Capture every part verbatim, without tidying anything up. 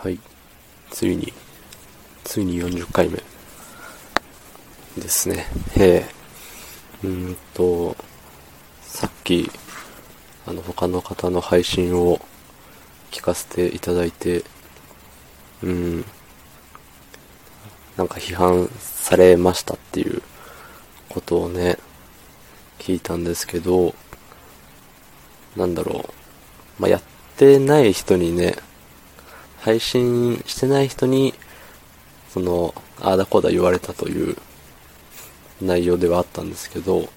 はい、ついについによんじゅっかいめですね。えー、うーんとさっきあの他の方の配信を聞かせていただいて、うーんなんか批判されましたっていうことをね聞いたんですけど、なんだろう、まあ、やってない人にね、配信してない人にそのああだこうだ言われたという内容ではあったんですけど、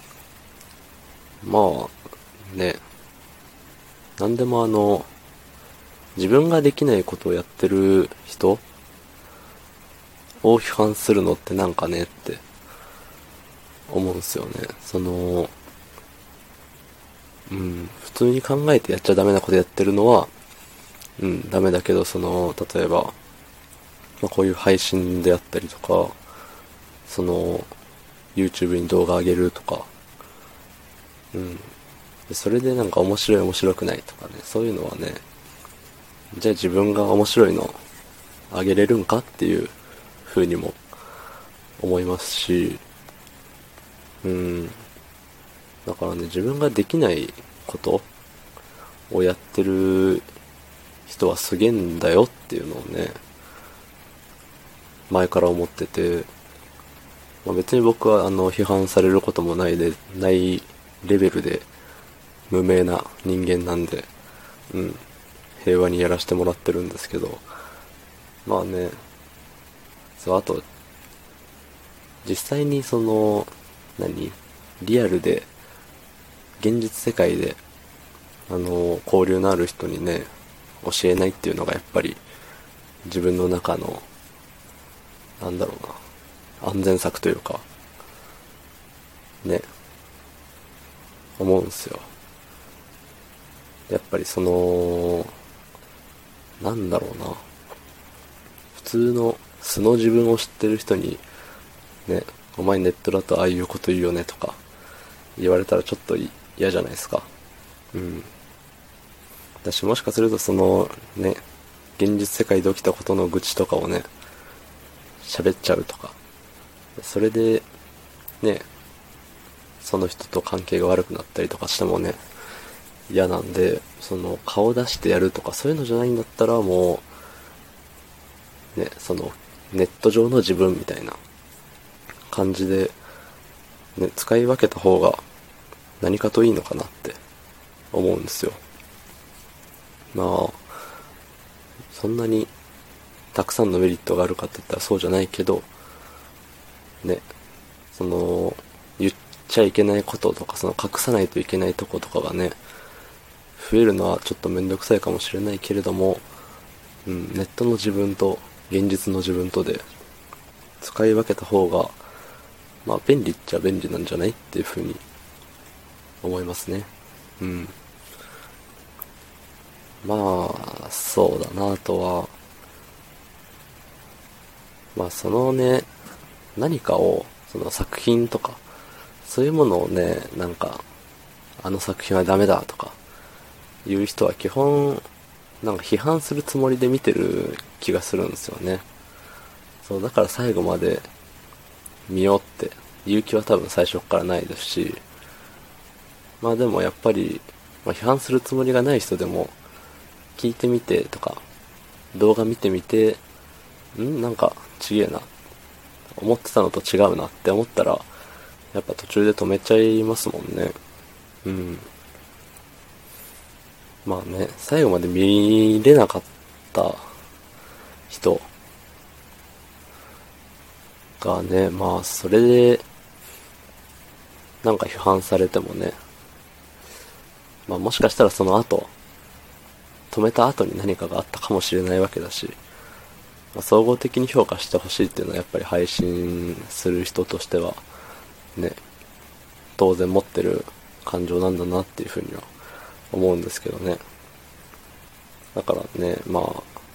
まあね、なんでもあの自分ができないことをやってる人を批判するのってなんかねって思うんですよね。そのうん普通に考えてやっちゃダメなことやってるのはうんダメだけど、その例えば、まあ、こういう配信であったりとか、その YouTube に動画上げるとか、うんでそれでなんか面白い面白くないとかね、そういうのはね、じゃあ自分が面白いの上げれるんかっていう風にも思いますし、うんだからね、自分ができないことをやってる人はすげえんだよっていうのをね、前から思ってて、まあ、別に僕はあの批判されることもないでないレベルで無名な人間なんで、うん平和にやらせてもらってるんですけど、まあね、そう、あと実際にその何リアルで現実世界であの交流のある人にね教えないっていうのがやっぱり自分の中のなんだろうな、安全策というかね、思うんすよ。やっぱりそのなんだろうな、普通の素の自分を知ってる人にね、お前ネットだとああいうこと言うよねとか言われたらちょっと嫌じゃないですか。うんだし、もしかするとそのね、現実世界で起きたことの愚痴とかをね喋っちゃうとか、それでねその人と関係が悪くなったりとかしてもね嫌なんで、その顔出してやるとかそういうのじゃないんだったら、もうね、そのネット上の自分みたいな感じで、ね、使い分けた方が何かといいのかなって思うんですよ。まあそんなにたくさんのメリットがあるかって言ったらそうじゃないけどね、その言っちゃいけないこととか、その隠さないといけないとことかがね増えるのはちょっとめんどくさいかもしれないけれども、うん、ネットの自分と現実の自分とで使い分けた方がまあ便利っちゃ便利なんじゃないっていう風に思いますね。うんまあそうだな。あとはまあそのね、何かをその作品とかそういうものをね、なんかあの作品はダメだとかいう人は基本なんか批判するつもりで見てる気がするんですよね。そうだから最後まで見ようっていう気は多分最初からないですし、まあでもやっぱり、まあ、批判するつもりがない人でも聞いてみてとか動画見てみて、んなんかちげえな、思ってたのと違うなって思ったらやっぱ途中で止めちゃいますもんね。うんまあね、最後まで見れなかった人がね、まあそれでなんか批判されてもね、まあもしかしたらその後止めた後に何かがあったかもしれないわけだし、まあ、総合的に評価してほしいっていうのはやっぱり配信する人としてはね、当然持ってる感情なんだなっていうふうには思うんですけどね。だからね、まあ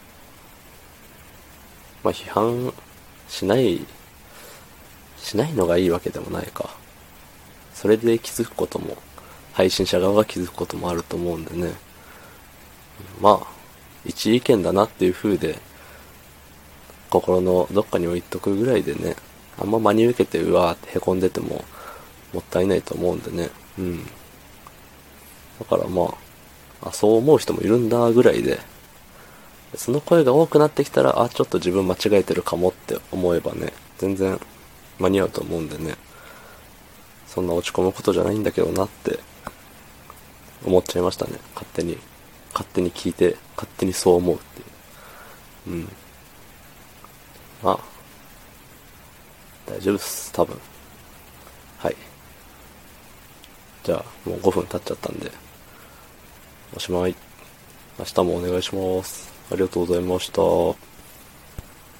まあ批判しないしないのがいいわけでもないか。それで気づくことも配信者側が気づくこともあると思うんでね、まあ一意見だなっていう風で、心のどっかに置いとくぐらいでね、あんま真に受けてうわーって凹んでてももったいないと思うんでね。うん。だからまあ、あ、そう思う人もいるんだぐらいで、その声が多くなってきたら、あ、ちょっと自分間違えてるかもって思えばね、全然間に合うと思うんでね、そんな落ち込むことじゃないんだけどなって思っちゃいましたね。勝手に。勝手に聞いて、勝手にそう思うっていう。うん。まあ、大丈夫っす。多分。はい。じゃあ、もうごふん経っちゃったんで、おしまい。明日もお願いします。ありがとうございました。